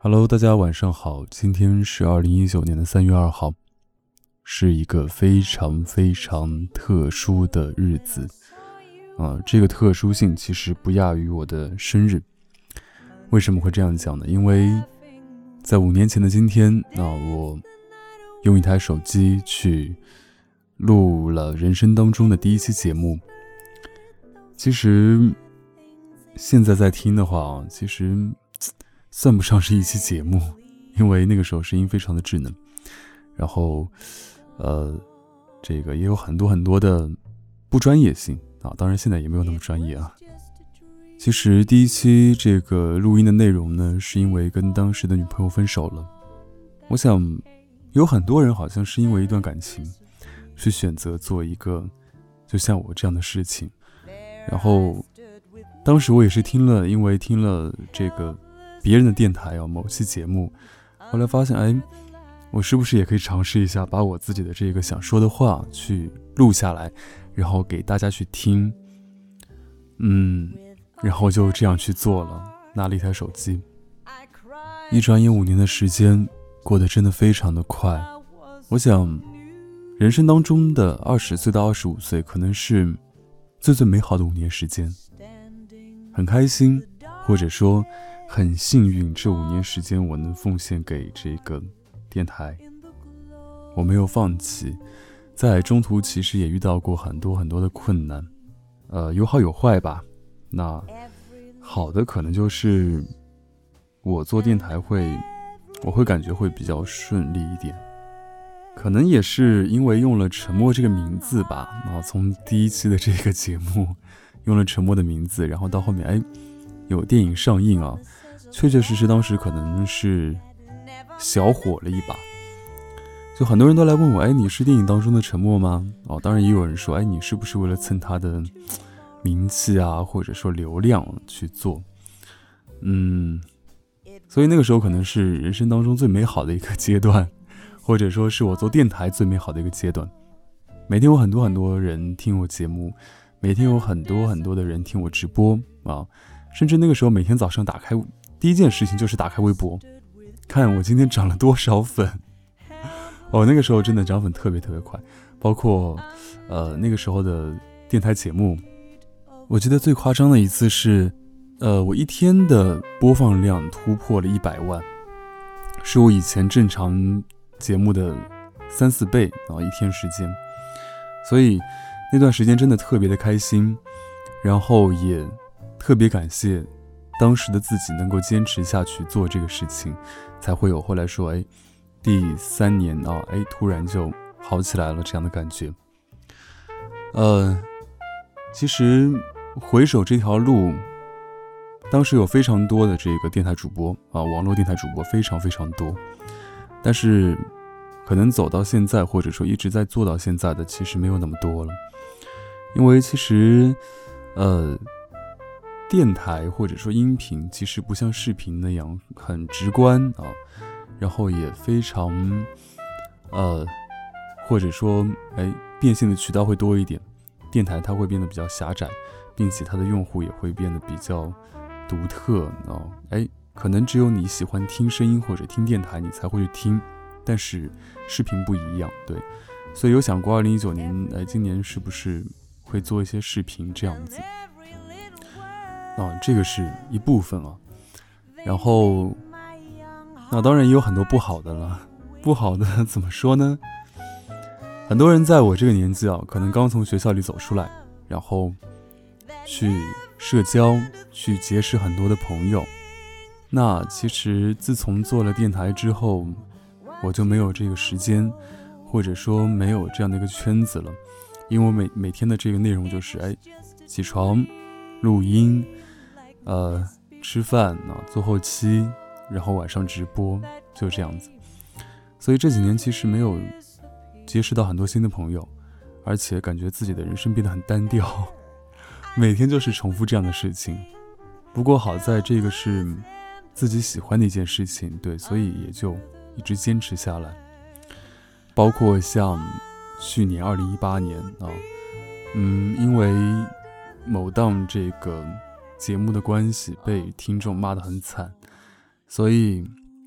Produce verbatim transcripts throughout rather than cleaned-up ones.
Hello， 大家晚上好，今天是二零一九年的三月二号，是一个非常非常特殊的日子啊，这个特殊性其实不亚于我的生日。为什么会这样讲呢？因为在五年前的今天啊，我用一台手机去录了人生当中的第一期节目。其实现在在听的话，其实算不上是一期节目，因为那个时候声音非常的稚嫩，然后呃，这个也有很多很多的不专业性啊，当然现在也没有那么专业啊。其实第一期这个录音的内容呢，是因为跟当时的女朋友分手了。我想有很多人好像是因为一段感情去选择做一个就像我这样的事情，然后当时我也是听了，因为听了这个别人的电台啊，某期节目，后来发现哎，我是不是也可以尝试一下把我自己的这个想说的话去录下来，然后给大家去听。嗯然后就这样去做了，拿了一台手机。一转眼五年的时间过得真的非常的快。我想人生当中的二十岁到二十五岁可能是最最美好的五年时间，很开心，或者说很幸运，这五年时间我能奉献给这个电台，我没有放弃。在中途其实也遇到过很多很多的困难，呃，有好有坏吧。那好的可能就是我做电台会我会感觉会比较顺利一点，可能也是因为用了沉默这个名字吧。那从第一期的这个节目用了沉默的名字，然后到后面哎有电影上映啊，确确实实当时可能是小火了一把，就很多人都来问我，哎，你是电影当中的沉默吗？哦，当然也有人说，哎，你是不是为了蹭他的名气啊，或者说流量去做？嗯，所以那个时候可能是人生当中最美好的一个阶段，或者说是我做电台最美好的一个阶段。每天有很多很多人听我节目，每天有很多很多的人听我直播啊，甚至那个时候每天早上打开第一件事情就是打开微博，看我今天涨了多少粉。哦，那个时候真的涨粉特别特别快，包括呃那个时候的电台节目，我记得最夸张的一次是，呃我一天的播放量突破了一百万，是我以前正常节目的三四倍啊，一天时间。所以那段时间真的特别的开心，然后也特别感谢当时的自己能够坚持下去做这个事情，才会有后来说哎第三年啊，哎突然就好起来了这样的感觉。呃其实回首这条路，当时有非常多的这个电台主播啊，网络电台主播非常非常多，但是可能走到现在，或者说一直在做到现在的，其实没有那么多了。因为其实呃电台或者说音频其实不像视频那样很直观啊，然后也非常呃或者说哎变现的渠道会多一点。电台它会变得比较狭窄，并且它的用户也会变得比较独特哦。哎，可能只有你喜欢听声音或者听电台，你才会去听，但是视频不一样，对。所以有想过二零一九年，哎，今年是不是会做一些视频这样子？啊，这个是一部分啊。然后，那当然也有很多不好的了。不好的怎么说呢？很多人在我这个年纪啊，可能刚从学校里走出来，然后去社交，去结识很多的朋友。那其实自从做了电台之后，我就没有这个时间，或者说没有这样的一个圈子了。因为我每每天的这个内容就是哎，起床、录音、呃吃饭啊，做后期，然后晚上直播，就这样子。所以这几年其实没有结识到很多新的朋友，而且感觉自己的人生变得很单调，每天就是重复这样的事情。不过好在这个是自己喜欢的一件事情，对，所以也就一直坚持下来。包括像去年二零一八年啊，嗯，因为某档这个节目的关系被听众骂得很惨，所以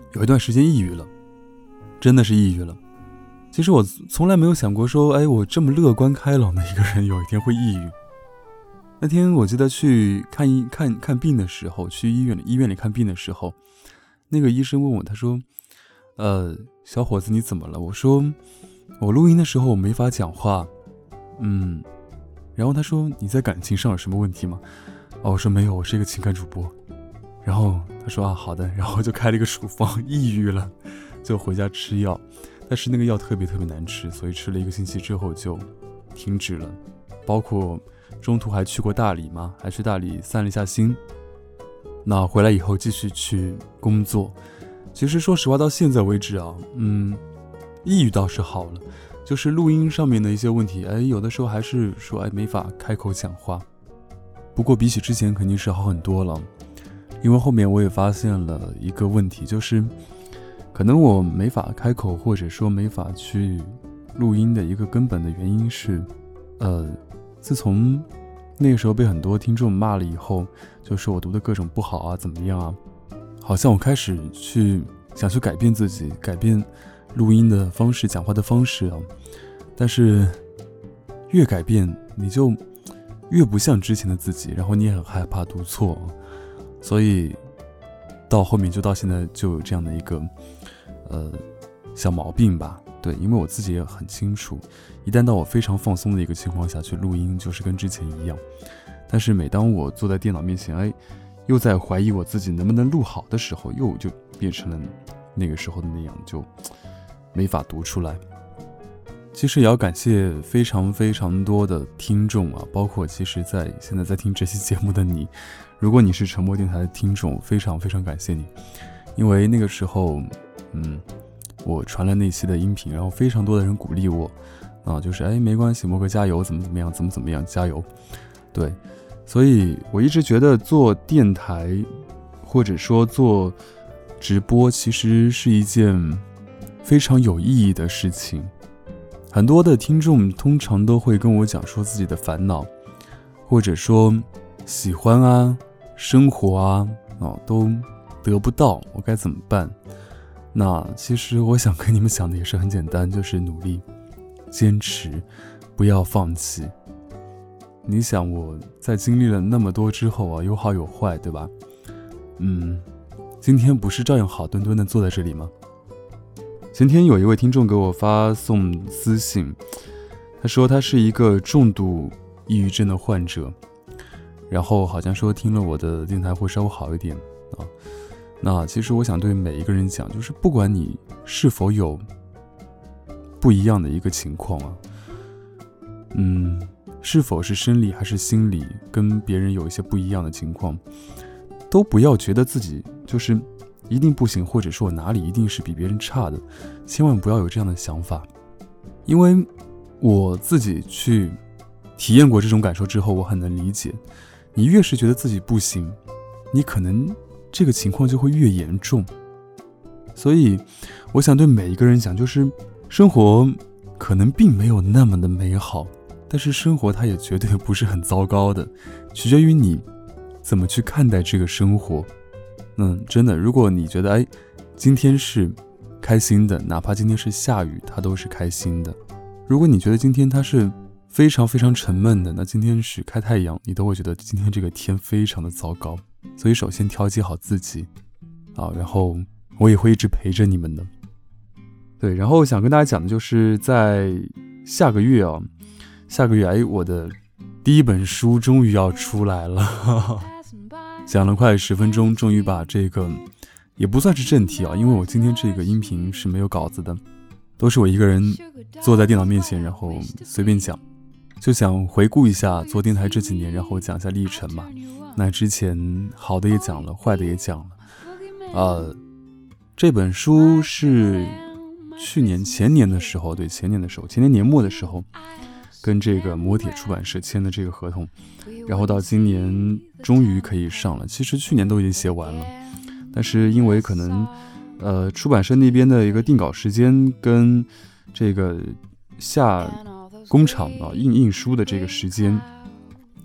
有一段时间抑郁了，真的是抑郁了。其实我从来没有想过说，哎，我这么乐观开朗的一个人，有一天会抑郁。那天我记得去看医看看病的时候，去医院里医院里看病的时候，那个医生问我，他说，呃，小伙子你怎么了？我说，我录音的时候我没法讲话，嗯，然后他说你在感情上有什么问题吗？哦，我说没有，我是一个情感主播。然后他说啊好的，然后就开了一个处方，抑郁了，就回家吃药，但是那个药特别特别难吃，所以吃了一个星期之后就停止了，包括中途还去过大理嘛，还去大理散了一下心。那回来以后继续去工作。其实说实话，到现在为止啊，嗯，抑郁倒是好了，就是录音上面的一些问题，哎，有的时候还是说哎没法开口讲话。不过比起之前肯定是好很多了，因为后面我也发现了一个问题，就是可能我没法开口，或者说没法去录音的一个根本的原因是，呃，自从那个时候被很多听众骂了以后，就说我读的各种不好啊，怎么样啊，好像我开始去想去改变自己，改变录音的方式，讲话的方式啊，但是越改变你就越不像之前的自己，然后你也很害怕读错，所以到后面就到现在就有这样的一个呃小毛病吧。对，因为我自己也很清楚，一旦到我非常放松的一个情况下去录音，就是跟之前一样。但是每当我坐在电脑面前，哎，又在怀疑我自己能不能录好的时候，又就变成了那个时候的那样，就没法读出来。其实也要感谢非常非常多的听众啊，包括其实在现在在听这期节目的你，如果你是沉默电台的听众，非常非常感谢你，因为那个时候，嗯，我传了那期的音频，然后非常多的人鼓励我，啊，就是哎没关系，莫哥加油，怎么怎么样，怎么怎么样，加油，对，所以我一直觉得做电台或者说做直播，其实是一件非常有意义的事情。很多的听众通常都会跟我讲说自己的烦恼，或者说喜欢啊、生活啊，哦，都得不到，我该怎么办？那其实我想跟你们讲的也是很简单，就是努力、坚持，不要放弃。你想我在经历了那么多之后啊，有好有坏，对吧？嗯，今天不是照样好端端的坐在这里吗？前天有一位听众给我发送私信，他说他是一个重度抑郁症的患者，然后好像说听了我的电台会稍微好一点啊。那其实我想对每一个人讲，就是不管你是否有不一样的一个情况啊，嗯，是否是生理还是心理跟别人有一些不一样的情况，都不要觉得自己就是一定不行，或者说我哪里一定是比别人差的，千万不要有这样的想法。因为我自己去体验过这种感受之后，我很能理解，你越是觉得自己不行，你可能这个情况就会越严重。所以我想对每一个人讲，就是生活可能并没有那么的美好，但是生活它也绝对不是很糟糕的，取决于你怎么去看待这个生活。嗯，真的，如果你觉得哎，今天是开心的，哪怕今天是下雨，它都是开心的。如果你觉得今天它是非常非常沉闷的，那今天是开太阳，你都会觉得今天这个天非常的糟糕。所以首先调节好自己啊，然后我也会一直陪着你们的。对，然后想跟大家讲的就是在下个月啊，下个月哎，我的第一本书终于要出来了。呵呵，讲了快十分钟，终于把这个也不算是正题啊，因为我今天这个音频是没有稿子的，都是我一个人坐在电脑面前，然后随便讲，就想回顾一下做电台这几年，然后讲一下历程嘛。那之前好的也讲了，坏的也讲了。呃，这本书是去年前年的时候，对，前年的时候，前年年末的时候，跟这个磨铁出版社签的这个合同，然后到今年终于可以上了。其实去年都已经写完了，但是因为可能呃出版社那边的一个定稿时间跟这个下工厂啊印印书的这个时间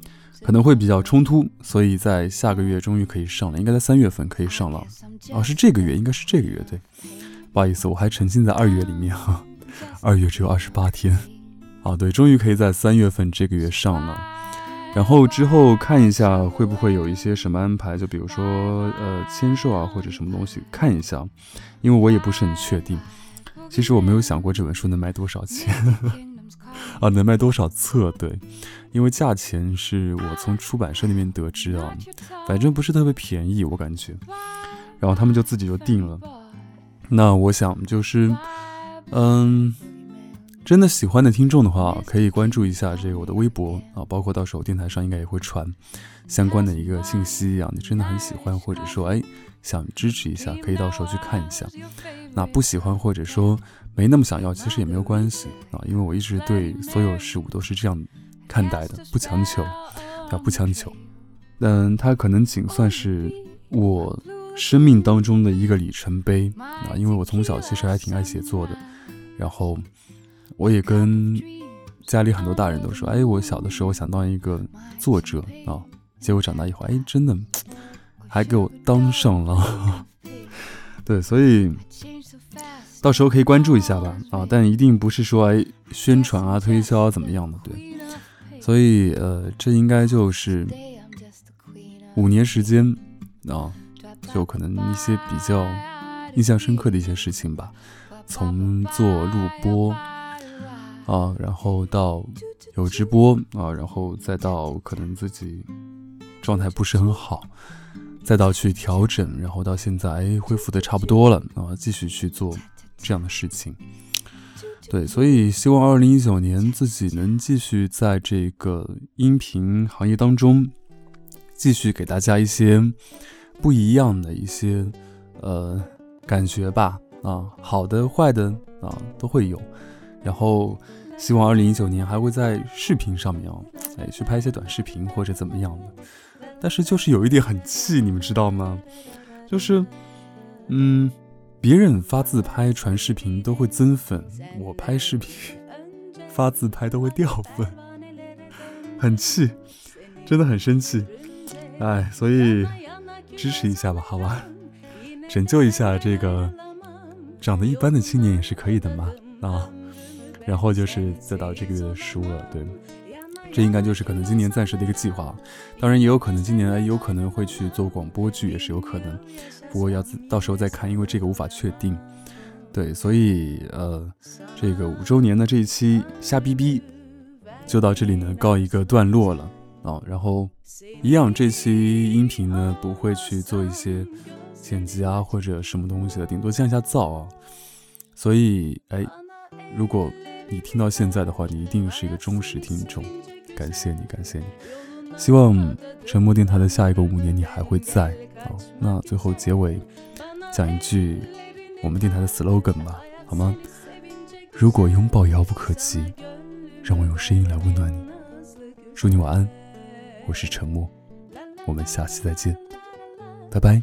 可能会比较冲突，所以在下个月终于可以上了，应该在三月份可以上了啊，是这个月，应该是这个月，对，不好意思，我还沉浸在二月里面哈，二月只有二十八天啊，对，终于可以在三月份这个月上了，然后之后看一下会不会有一些什么安排，就比如说呃签售啊或者什么东西，看一下，因为我也不是很确定。其实我没有想过这本书能卖多少钱啊，能卖多少册，对，因为价钱是我从出版社那边得知啊，反正不是特别便宜，我感觉，然后他们就自己就定了。那我想就是，嗯，真的喜欢的听众的话，可以关注一下这个我的微博啊，包括到时候电台上应该也会传相关的一个信息啊。你真的很喜欢，或者说哎想支持一下，可以到时候去看一下。那不喜欢或者说没那么想要，其实也没有关系啊，因为我一直对所有事物都是这样看待的，不强求，啊，不强求。嗯，它可能仅算是我生命当中的一个里程碑啊，因为我从小其实还挺爱写作的，然后我也跟家里很多大人都说，哎，我小的时候想当一个作者啊，结果长大以后，哎，真的还给我当上了。对，所以到时候可以关注一下吧，啊，但一定不是说哎宣传啊、推销啊怎么样的，对。所以呃，这应该就是五年时间啊，就可能一些比较印象深刻的一些事情吧，从做录播啊，然后到有直播啊，然后再到可能自己状态不是很好。再到去调整，然后到现在哎恢复的差不多了啊，继续去做这样的事情。对，所以希望二零一九年自己能继续在这个音频行业当中，继续给大家一些不一样的一些呃感觉吧啊，好的坏的啊都会有。然后希望二零一九年还会在视频上面哦，哎去拍一些短视频或者怎么样的。但是就是有一点很气，你们知道吗？就是嗯别人发自拍传视频都会增粉，我拍视频发自拍都会掉粉，很气，真的很生气。哎，所以支持一下吧，好吧，拯救一下这个长得一般的青年也是可以的嘛啊。然后就是再到这个月的书了，对，这应该就是可能今年暂时的一个计划，当然也有可能今年也有可能会去做广播剧，也是有可能，不过要到时候再看，因为这个无法确定。对，所以呃，这个五周年的这一期瞎逼逼就到这里呢告一个段落了啊。然后一样，这期音频呢不会去做一些剪辑啊或者什么东西的，顶多降一下噪啊。所以哎，如果你听到现在的话，你一定是一个忠实听众，感谢你，感谢你。希望沉默电台的下一个五年你还会在。好，那最后结尾讲一句我们电台的 slogan 吧，好吗？如果拥抱遥不可及，让我用声音来温暖你。祝你晚安，我是沉默，我们下期再见，拜拜。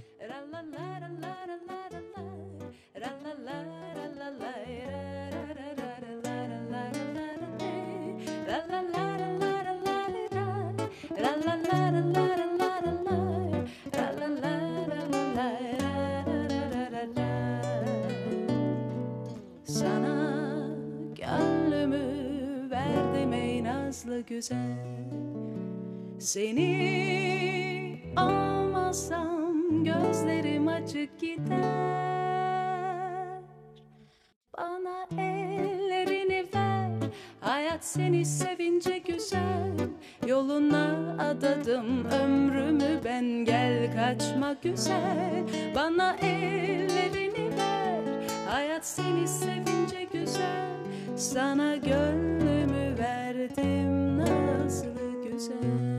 Güzel seni almazsam gözlerim açık gider. Bana ellerini ver, hayat seni sevince güzel. Yoluna adadım ömrümü ben, gel kaçma güzel. Bana ellerini ver, hayat seni sevince güzel. Sana gönlümü verdim, nasıl güzel.